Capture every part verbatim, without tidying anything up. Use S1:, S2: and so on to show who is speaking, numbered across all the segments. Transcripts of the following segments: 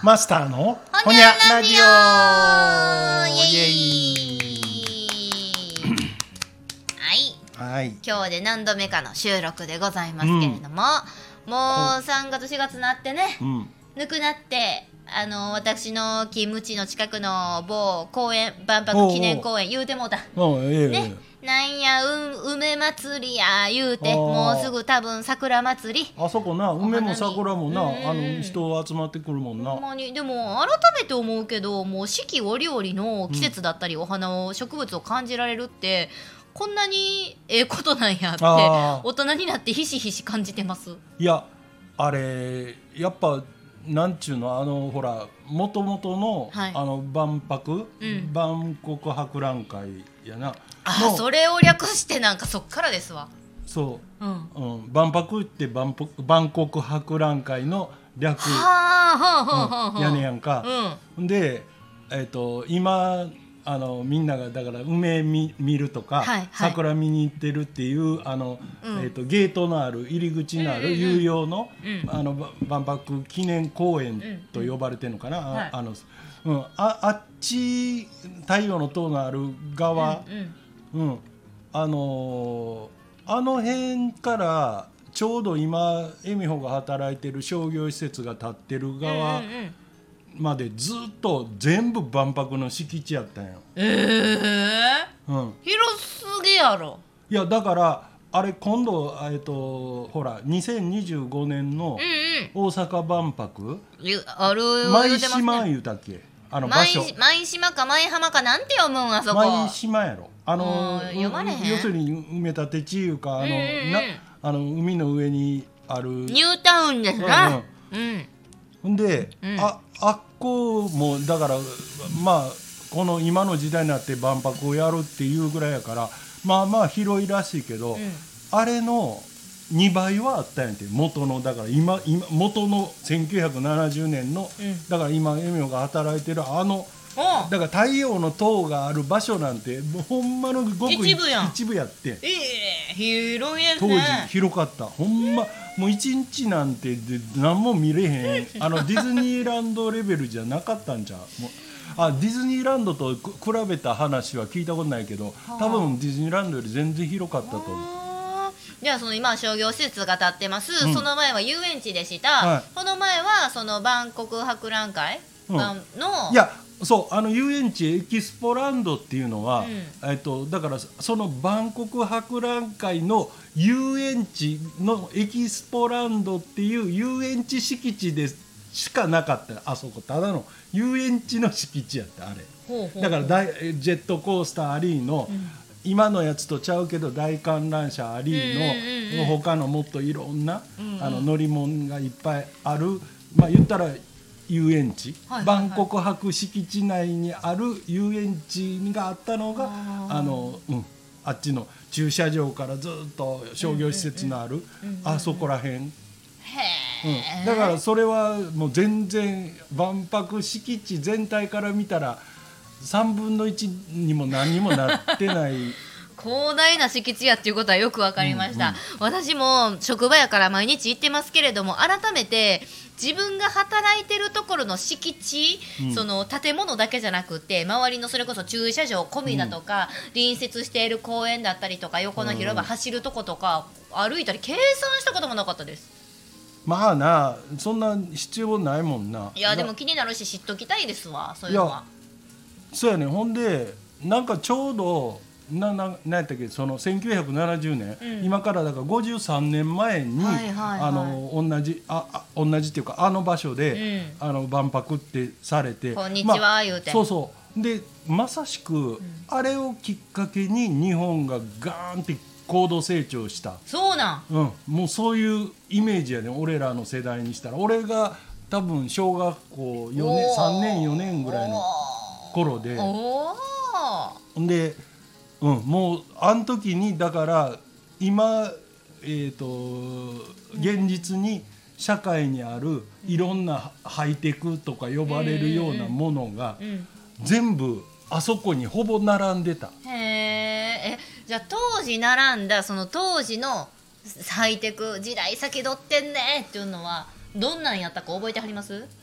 S1: マスターの
S2: ほにゃラジオ
S1: イエイ
S2: はい、
S1: はい、
S2: 今日で何度目かの収録でございますけれども、うん、もうさんがつしがつになってね、うん、ぬくなってあの私の勤務地の近くの某公園、万博記念公園言うてもうた
S1: おうおう、ええ
S2: ね、なんや、う梅祭りや言うて、もうすぐ多分桜祭り、
S1: あそこな、梅も桜もな、うん、あの人集まってくるもんな。
S2: ほんまに。でも改めて思うけど、もう四季折々の季節だったり、うん、お花を植物を感じられるってこんなにええことなんやって大人になってひしひし感じてます。い
S1: や、あれやっぱなんちゅうの、あのほらもともとの、はい、あの万博、うん、万国博覧会やな
S2: あ、それを略してなんかそっからですわ。
S1: そう、うんうん、万博って万万国博覧会の略やねやんか、うん、で、えーと、今あのみんながだから梅 見, 見るとか、はいはい、桜見に行ってるっていうあの、うんえー、とゲートのある入り口のある有料の、うん、あの万博記念公園と呼ばれてるのかな、うんうんああのうん、あ, あっち太陽の塔のある側、うんうんうん、あのー、あの辺からちょうど今恵美穂が働いてる商業施設が建ってる側、うんうんうんまでずっと全部万博の敷地やったんよ。
S2: えーうん、広すぎやろ。
S1: いやだからあれ今度、えっと、ほらにせんにじゅうごねんの大阪万博、うんうん、
S2: ある
S1: 舞島言うたっけ、あの場所
S2: 舞島か舞浜かなんて読むんあそこ。
S1: 舞島やろ、あの
S2: 読まれへん。
S1: 要するに埋め立て地いうか、あの、うんうん、なあの海の上にある
S2: ニュータウンですな、うんうん
S1: うん、で、うん、ああっこもだからまあこの今の時代になって万博をやるっていうぐらいやからまあまあ広いらしいけど、うん、あれのにばいはあったんやんて、元のだから 今, 今元のせんきゅうひゃくななじゅうねんの、うん、だから今恵美穂が働いてるあのだから太陽の塔がある場所なんてもうほんまのごく
S2: 一部やん
S1: 一部やって、
S2: えー、広いやつ
S1: ね、当時広かった、ほんまもう一日なんてで何も見れへんあのディズニーランドレベルじゃなかったんじゃん。もうあディズニーランドと比べた話は聞いたことないけど、多分ディズニーランドより全然広かったと思う。
S2: じゃあその今商業施設が建ってます、うん、その前は遊園地でした、はい、この前はその万国博覧会の、
S1: うん、いやそうあの遊園地エキスポランドっていうのは、うんえっと、だからその万国博覧会の遊園地のエキスポランドっていう遊園地敷地でしかなかった。あそこただの遊園地の敷地やったあれ。ほうほうほう。だからダイジェットコースターありの、うん今のやつとちゃうけど大観覧車ありの、うんうん、他のもっといろんな、うんうん、あの乗り物がいっぱいある、まあ言ったら遊園地、はいはいはい、万国博敷地内にある遊園地があったのが あ, あの、うん、あっちの駐車場からずっと商業施設のある、うんうんうん、あそこらへん、へ
S2: ー、
S1: うん、だからそれはもう全然万博敷地全体から見たらさんぶんのいちにも何にもなってない
S2: 広大な敷地やっていうことはよく分かりました、うんうん、私も職場やから毎日行ってますけれども改めて自分が働いてるところの敷地、うん、その建物だけじゃなくて周りのそれこそ駐車場込みだとか、うん、隣接している公園だったりとか横の広場走るとことか歩いたり計算したこともなかったです。
S1: まあなそんな必要ないもんな。
S2: いやでも気になるし知っときたいですわそういうのは。
S1: そうやね。ほんでなんかちょうどなななんやったっけそのせんきゅうひゃくななじゅうねん、うん、今からだからごじゅうさんねんまえに、はいはいはい、あの同じああ同じっていうかあの場所で、うん、あの万博ってされて
S2: こんにちは、まあ、言うて
S1: そうそうでまさしく、うん、あれをきっかけに日本がガーンって高度成長した。
S2: そうなん、
S1: うん、もうそういうイメージやね俺らの世代にしたら。俺が多分小学校よねんさんねんよねんぐらいの頃でで、うん、もうあの時にだから今、えーと、現実に社会にあるいろんなハイテクとか呼ばれるようなものが全部あそこにほぼ並んでた。
S2: へえ。じゃあ当時並んだその当時のハイテク時代先取ってんねっていうのはどんなんやったか覚えてはります？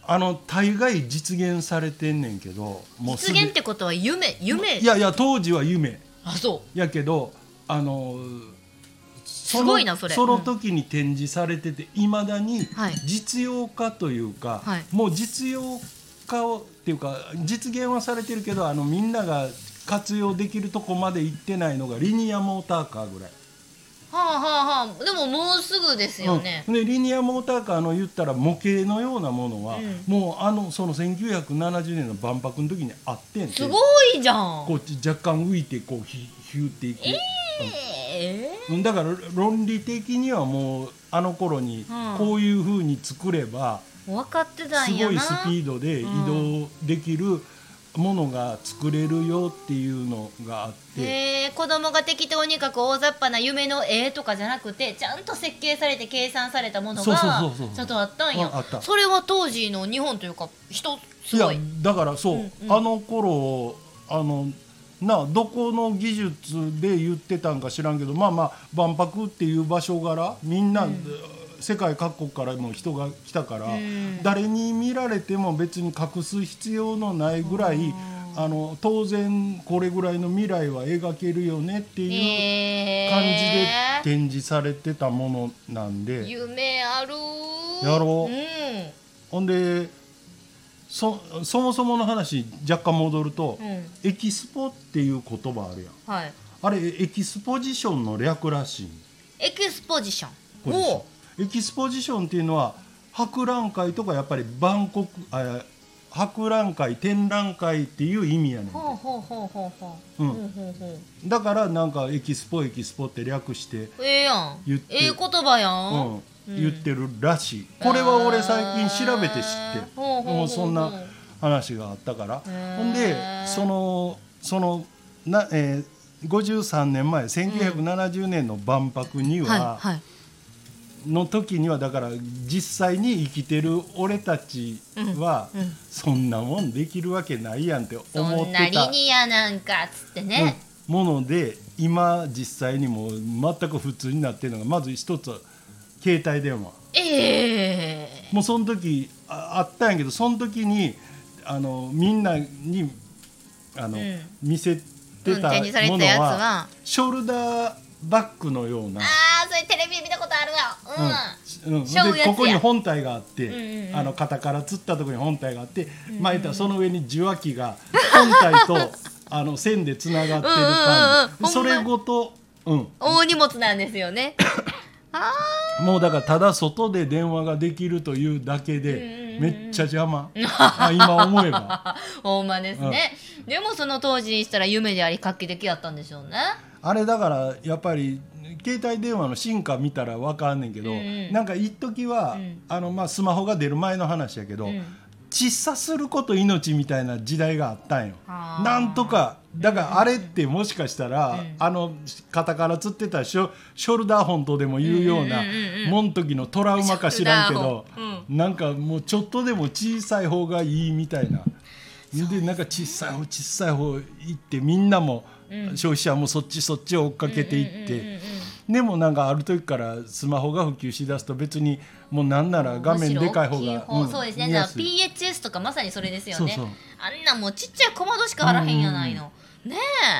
S1: あの大概実現されてんねんけど、もう
S2: 実現ってことは夢夢
S1: いやいや当時は夢
S2: あそう
S1: やけど、あのそ
S2: す
S1: の
S2: ごいなそれ
S1: その時に展示されてていまだに
S2: はい
S1: 実用化というか、
S2: はい
S1: もう実用化をっていうか実現はされてるけど、あのみんなが活用できるとこまで行ってないのがリニアモーターカーぐらい。
S2: はあはあはあ、でももうすぐですよね、
S1: うん、でリニアモーターカーの言ったら模型のようなものは、
S2: うん
S1: もうあのそのせんきゅうひゃくななじゅうねんの万博の時にあってんて、
S2: すごいじゃん。
S1: こう若干浮いてこうヒヒューっていく、
S2: えー
S1: うんだから論理的にはもうあの頃に
S2: うん
S1: こういう風に作れば
S2: 分かってた
S1: す
S2: んやな。
S1: ごいスピードで移動できるものが作れるよっていうのがあって、
S2: えー、子供が適当に描く大雑把な夢の絵とかじゃなくてちゃんと設計されて計算されたもの
S1: そうそう
S2: が
S1: そうそう
S2: ちゃんとあったんや。
S1: うんあった
S2: それは当時の日本というか人す
S1: いや
S2: ごい。
S1: だからそう、
S2: うんうん
S1: あの頃あのなどこの技術で言ってたんか知らんけど、まあまあ万博っていう場所柄みんな、
S2: うん
S1: 世界各国からも人が来たから、
S2: うん
S1: 誰に見られても別に隠す必要のないぐらい、あの当然これぐらいの未来は描けるよねっていう感じで
S2: えー
S1: 展示されてたものなんで、
S2: 夢あるー
S1: やろう
S2: うん
S1: ほんで そ, そもそもの話若干戻ると、
S2: うん
S1: エキスポっていう言葉あるやん。
S2: はい、
S1: あれエキスポジションの略らしい。
S2: エクスポジション
S1: ポジション
S2: おう
S1: エキスポジションっていうのは博覧会とかやっぱり万国あ博覧会展覧会っていう意味やねんて。
S2: ほうほうほうほうほう、
S1: うん
S2: ほうほうほう
S1: だからなんかエキスポエキスポって略して、
S2: ええやん
S1: 言って
S2: ええ言葉や、
S1: うん
S2: ん
S1: 言ってるらしい。これは俺最近調べて知って
S2: ほうほうほうほう
S1: もうそんな話があったから。
S2: へー
S1: ほんでそのそのな、えー、ごじゅうさんねんまえせんきゅうひゃくななじゅうねんの万博には、
S2: はいはい
S1: の時にはだから実際に生きてる俺たちは、
S2: うんうん
S1: そんなもんできるわけないやんって思
S2: そん
S1: ってた
S2: なリニアなんかっつってね、
S1: うんもので、今実際にもう全く普通になってるのがまず一つ携帯電話。
S2: ええ
S1: もうその時 あ, あったんやけど、その時にあのみんなにあの、
S2: うん
S1: 見せて
S2: うん
S1: た
S2: 展示されてたやつ
S1: ものは
S2: は
S1: ショルダーバッグのような。
S2: ああそれテレビで見たことあるわうん、
S1: うん、
S2: しょうやつや
S1: でここに本体があって、
S2: うんうんうん
S1: あの肩からつったところに本体があって、まあ言ったらその上に受話器が本体とあの線でつながってる
S2: うんうんうん
S1: 感じ、
S2: ほんま
S1: それごと、うん、
S2: 大荷物なんですよねあ
S1: もうだからただ外で電話ができるというだけでめっちゃ邪魔あ今思えば
S2: あほんまですね、でもその当時にしたら夢であり画期的やったんでしょうね。
S1: あれだからやっぱり携帯電話の進化見たら分かんねんけど、
S2: うんうん
S1: なんか一時は、
S2: うん
S1: あのまあスマホが出る前の話やけど、
S2: うん
S1: 小さすること命みたいな時代があったんよ。
S2: あー
S1: なんとかだからあれってもしかしたら、
S2: うん
S1: あの肩からつってたショショルダーホンとでも言うような
S2: うんうんうんうん
S1: もん時のトラウマか知らんけど
S2: ショルダーホ、
S1: なんかもうちょっとでも小さい方がいいみたいな。でなんか小さい方小さい方行ってみんなも、
S2: うん
S1: 消費者もそっちそっちを追っかけていって、
S2: うんうんうんうん
S1: でもなんかある時からスマホが普及しだすと別にもうなんなら画面でかい方が、
S2: むしろ大きい方
S1: うん
S2: そうですね。
S1: 見やすい
S2: ピーエイチエス とかまさにそれですよね。
S1: そうそう
S2: あんなもうちっちゃい小窓しかあらへんやないの。ねえ。は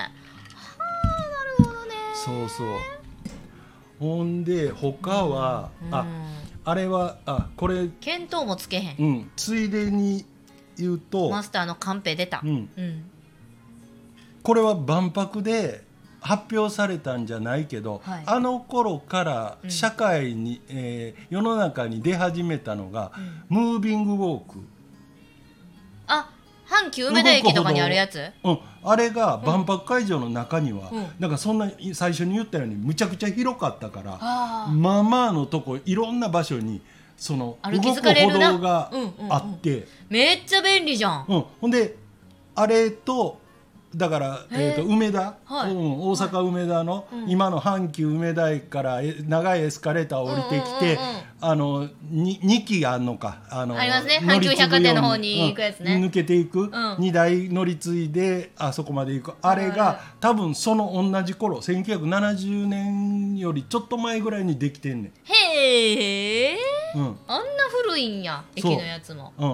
S2: あなるほどね。
S1: そうそうほんで他は、
S2: うん
S1: ああれはあこれ、
S2: 見当もつけへん。
S1: うん、ついでに言うと、
S2: マスターのカンペ出た。
S1: うん、
S2: うん。
S1: これは万博で発表されたんじゃないけど、
S2: はい
S1: あの頃から
S2: うん
S1: 社会に、えー世の中に出始めたのが、
S2: うん
S1: ムービングウォーク、
S2: あ、阪急梅田駅とかにあるやつ？
S1: うん、あれが万博会場の中には、
S2: うん
S1: なんかそんな最初に言ったようにむちゃくちゃ広かったから、
S2: あー
S1: まあまあのとこいろんな場所にその動
S2: 歩き
S1: く
S2: 疲れるな
S1: 歩道が
S2: うんうんうん
S1: あって、
S2: めっちゃ便利じゃん。
S1: うんほんであれとだから、えー、と梅田、
S2: はい
S1: うん、大阪梅田の、
S2: うん
S1: 今の阪急梅田駅からえ長いエスカレーターを降りてきて、
S2: うんうんうんうん
S1: あのににきあんのかあの
S2: ありますね
S1: 乗り継ぐよう
S2: 阪急百貨店の方に行くやつね
S1: うん抜けていく、
S2: ん
S1: にだい乗り継いであそこまで行くあれが、
S2: はい
S1: 多分その同じ頃せんきゅうひゃくななじゅうねんよりちょっと前ぐらいにできてんねん。
S2: へえ。
S1: うん
S2: あんな古いんや駅のやつも。
S1: うん、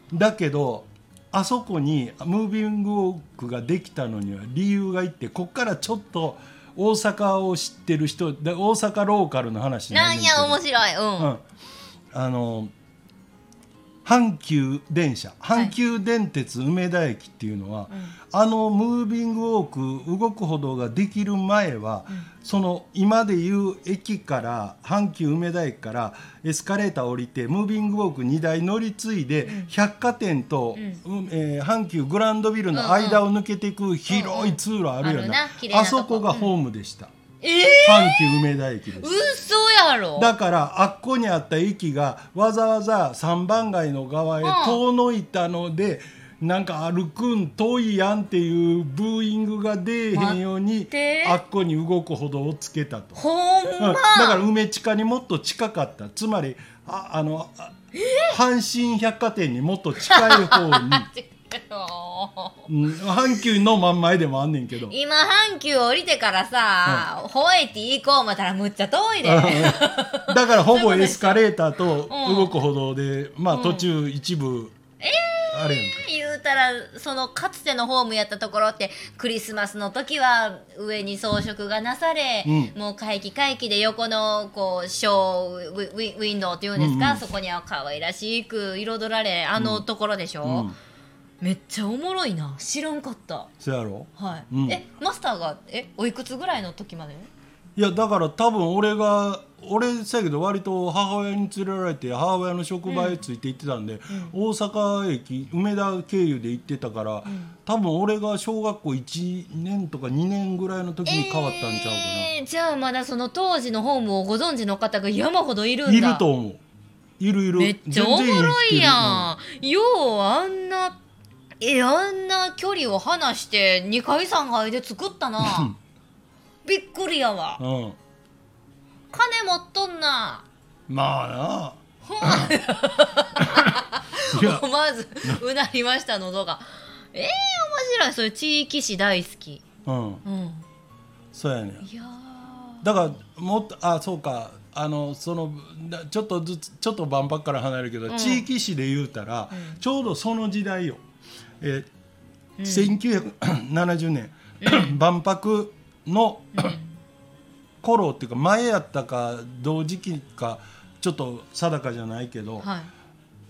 S1: だけどあそこにムービングウォークができたのには理由がいって、こっからちょっと大阪を知ってる人で、大阪ローカルの話になるんですけど、
S2: なんや面白い、うん、うん、
S1: あの阪急電車、阪急電鉄梅田駅っていうのは、はい、あのムービングウォーク動く歩道ができる前は、うん、その今でいう駅から阪急梅田駅からエスカレーター降りてムービングウォークにだい乗り継いで、うん、百貨店と、うんえー、阪急グランドビルの間を抜けていく広い通路あるよな、うんうん、あるな、あそこがホームでした、うん、
S2: えー、
S1: 阪急梅田駅です。
S2: 嘘やろ。
S1: だからあっこにあった駅がわざわざ三番街の側へ遠のいたので、うん、なんか歩くん遠いやんっていうブーイングが出えへんようにあっこに動く歩道をつけたと。
S2: ほんま、うん、だ
S1: から梅地下にもっと近かった。つまりああのあ阪神百貨店にもっと近い方にうん、阪急の真ん前でもあんねんけど、
S2: 今阪急降りてからさ、うん、ホエティ行こう思ったらむっちゃ遠いで
S1: だからほぼエスカレーターと動く歩道で、うん、まあ途中一部、うん、あれやんか、
S2: えー、言うたらそのかつてのホームやったところってクリスマスの時は上に装飾がなされ、うん、もう回帰回帰で横のこうショー ウ, ウ, ウィンドウっていうんですか、うんうん、そこには可愛らしく彩られあのところでしょ、うんうん、めっちゃおもろいな、知らんかった。
S1: そうやろ、
S2: はい、うん、えマスターがえおいくつぐらいの時まで？
S1: いやだから多分俺が俺さやけど割と母親に連れられて母親の職場へついて行ってたんで、うん、大阪駅梅田経由で行ってたから、うん、多分俺が小学校いちねんとかにねんぐらいの時に変わったんちゃうかな、
S2: えー、じゃあまだその当時のホームをご存知の方が山ほどいるんだ。
S1: いると思う、いるいる、
S2: めっちゃおもろいやん、ようあんなえあんな距離を離してにかいさんがいで作ったなびっくりやわ、うん、金持っとんな。
S1: まあ
S2: な思わずうなりました喉が。えー、面白い、そういう地域史大好き。うん、うん、
S1: そうやね。いやだからもっとあそうかあのそのちょっとずつちょっと万博から離れるけど、うん、地域史で言うたら、うん、ちょうどその時代よ、えーうん、せんきゅうひゃくななじゅうねん、うん、万博の、うん、頃っていうか前やったか同時期かちょっと定かじゃないけど、はい、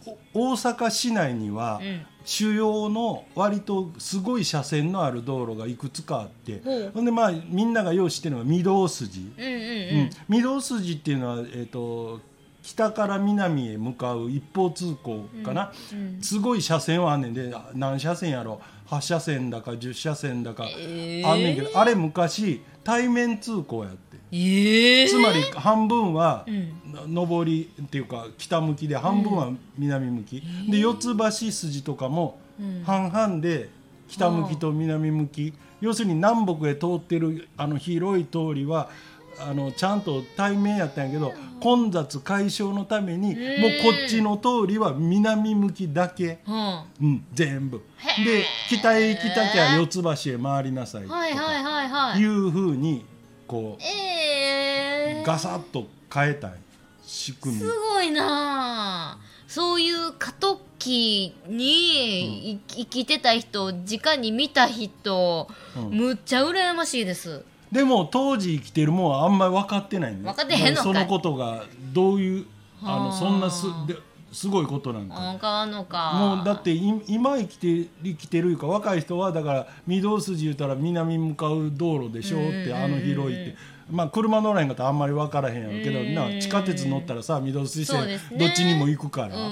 S1: 大阪市内には、うん、主要の割とすごい車線のある道路がいくつかあって、ほんでまあみんなが用意してるのが御堂筋、うんうんうんうん、御堂筋っていうのは、えーと北から南へ向かう一方通行かな、うんうん、すごい車線はあんねんで、何車線やろはち車線だかじゅっ車線だかあんねんけど、えー、あれ昔対面通行やって、えー、つまり半分は上りっていうか北向きで半分は南向き、うん、で四つ橋筋とかも半々で北向きと南向き、うん、要するに南北へ通ってるあの広い通りはあのちゃんと対面やったんやけど、混雑解消のためにもうこっちの通りは南向きだけ、うんうん、全部で北へ行きたきゃ四つ橋へ回りなさいとかいうふうにこう、えー、ガサッと変えたい仕組み。
S2: すごいな、そういう過渡期に、うん、生きてた人直に見た人、うん、むっちゃ羨ましいです。
S1: でも当時生きてるもんはあんまり分かってないんで、
S2: 分かってへんのかい、
S1: そのことがどういうあのそんな す, ですごいことなんか
S2: 分かんのか。
S1: もうだって今生きて生きてるいうか若い人はだから御堂筋言うたら南向かう道路でしょって、あの広いって、まあ車乗らへんかったらあんまり分からへんやろうけどな、地下鉄乗ったらさ御堂筋線、ね、どっちにも行くから、うん、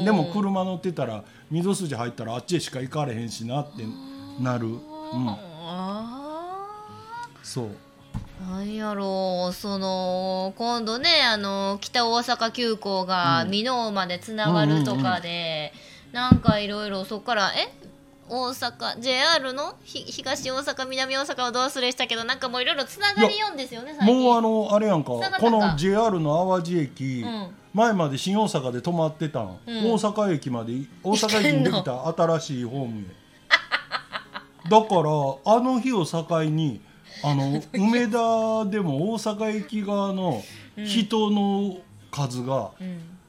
S1: でも車乗ってたら御堂筋入ったらあっちへしか行かれへんしなってなる、うん、そう
S2: なんやろう、その今度ねあの北大阪急行が箕面までつながるとかで、うんうんうん、なんかいろいろそこからえ大阪 ジェイアール の東大阪南大阪をどう忘れしたけどなんかもういろいろつながりよんですよね最近。
S1: もうあのあれやんか、この ジェイアール の淡路駅、うん、前まで新大阪で止まってたん、うん、大阪駅まで大阪駅にできた新しいホームへだからあの日を境にあの梅田でも大阪駅側の人の数が、うん、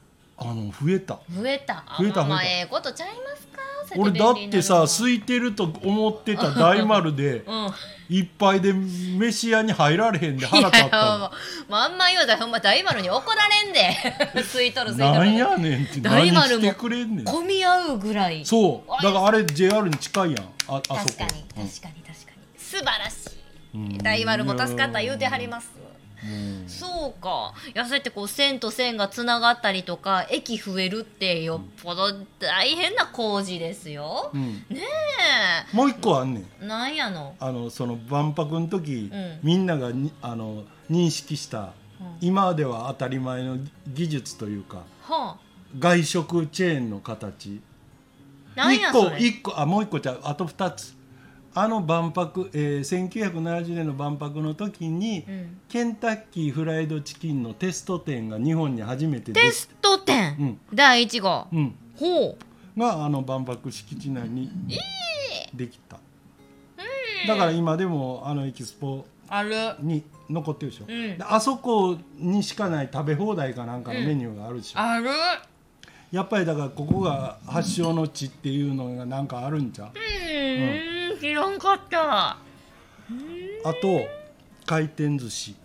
S1: あの増えた
S2: 増えた
S1: 増えた
S2: まあええことちゃいますか。
S1: 俺だってさ空いてると思ってた大丸で、うん、いっぱいで飯屋に入られへんで腹立ったの。
S2: もうあんま言うたらほんま大丸に怒られんで吸い取る吸い取る
S1: なんやねんって何してくれんねん。
S2: 混み合うぐらい。
S1: そうだからあれ ジェイアール に近いやん あ, あそこ。
S2: 確かに確かに確かに素晴らしい。大丸も助かった言うてはります。うんそうか。いやそうやってこう線と線がつながったりとか駅増えるってよっぽど大変な工事ですよ、うん、ね
S1: え。もう一個あんね
S2: ん。なんやの。
S1: あのその万博の時、うん、みんながにあの認識した、うん、今では当たり前の技術というか、はあ、外食チェーンの形。
S2: なんやそれ。
S1: 一個一個あもう一個じゃあと二つ。あの万博、えー、せんきゅうひゃくななじゅうねんの万博の時に、うん、ケンタッキーフライドチキンのテスト店が日本に初めてできた。
S2: テスト店、うん、だいいち号、うん、ほ
S1: うがあの万博敷地内にできた、えー、だから今でもあのエキスポに残ってるでしょ、うん、であそこにしかない食べ放題かなんかのメニューがあるでしょ、
S2: うん、ある。
S1: やっぱりだからここが発祥の地っていうのがなんかあるんちゃう。
S2: うん知らんかった。あ
S1: と回転寿司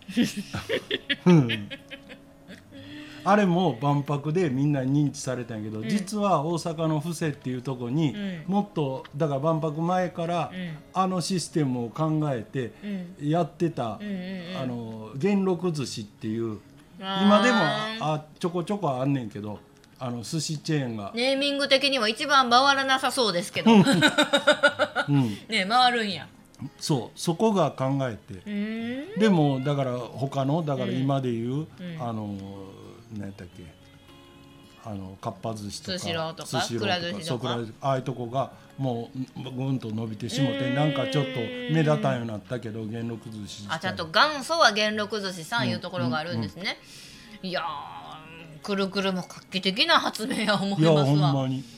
S1: あれも万博でみんなに認知されたんやけど、うん、実は大阪の布施っていうところに、うん、もっとだから万博前から、うん、あのシステムを考えてやってた、うん、あの元禄寿司っていう今でもあちょこちょこあんねんけどあの寿司チェーンが
S2: ネーミング的には一番回らなさそうですけど、うん、ね回るんや。
S1: そうそこが考えてでもだから他のだから今でいう、うん、あの何やったっけあのかっぱ寿司とか
S2: スシローとかくら寿司とか
S1: ああいうとこがもうぐんと伸びてしもてなんかちょっと目立たんようになったけど元禄寿司
S2: あちゃんと元祖は元禄寿司さんいうところがあるんですね、うんうん、いやーくるくるも画期的な発明や思いますわ。いやほんまに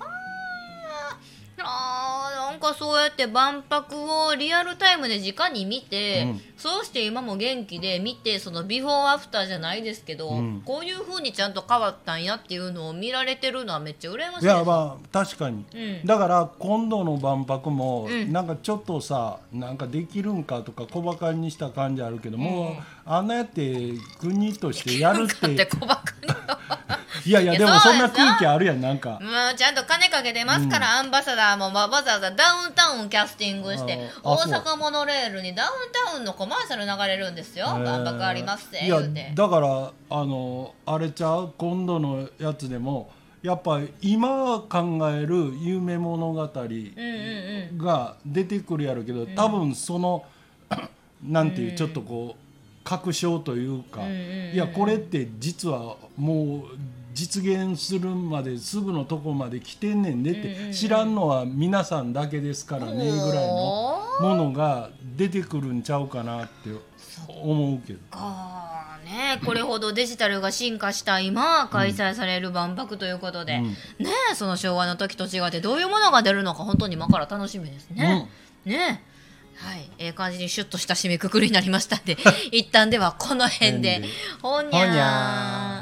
S2: あなんかそうやって万博をリアルタイムで直に見て、うん、そうして今も元気で見てそのビフォーアフターじゃないですけど、うん、こういう風にちゃんと変わったんやっていうのを見られてるのはめっちゃ羨ましいです。いや
S1: まあ確かに、うん、だから今度の万博もなんかちょっとさなんかできるんかとか小馬鹿にした感じあるけど、うん、もうあんなやって国としてやるって
S2: って小馬鹿に
S1: いやいやでもそんな空気あるやんなんか
S2: もうちゃんと金かけてますから、うん、アンバサダーもわざわざダウンタウンキャスティングして大阪モノレールにダウンタウンのコマーシャル流れるんですよ。万博ありますって言うて。
S1: いやだからあのあれちゃう今度のやつでもやっぱり今考える夢物語が出てくるやろうけど、うんうんうん、多分そのなんていうちょっとこう確証というか、うんうんうん、いやこれって実はもう実現するまですぐのとこまで来てんねんでって、うんうん、知らんのは皆さんだけですからねぐらいのものが出てくるんちゃうかなって思うけど。
S2: あね、これほどデジタルが進化した今開催される万博ということで、うん、ねその昭和の時と違ってどういうものが出るのか本当に今から楽しみですね。うん、ねはい、ええ感じにシュッとした締めくくりになりましたんで一旦ではこの辺でほにゃー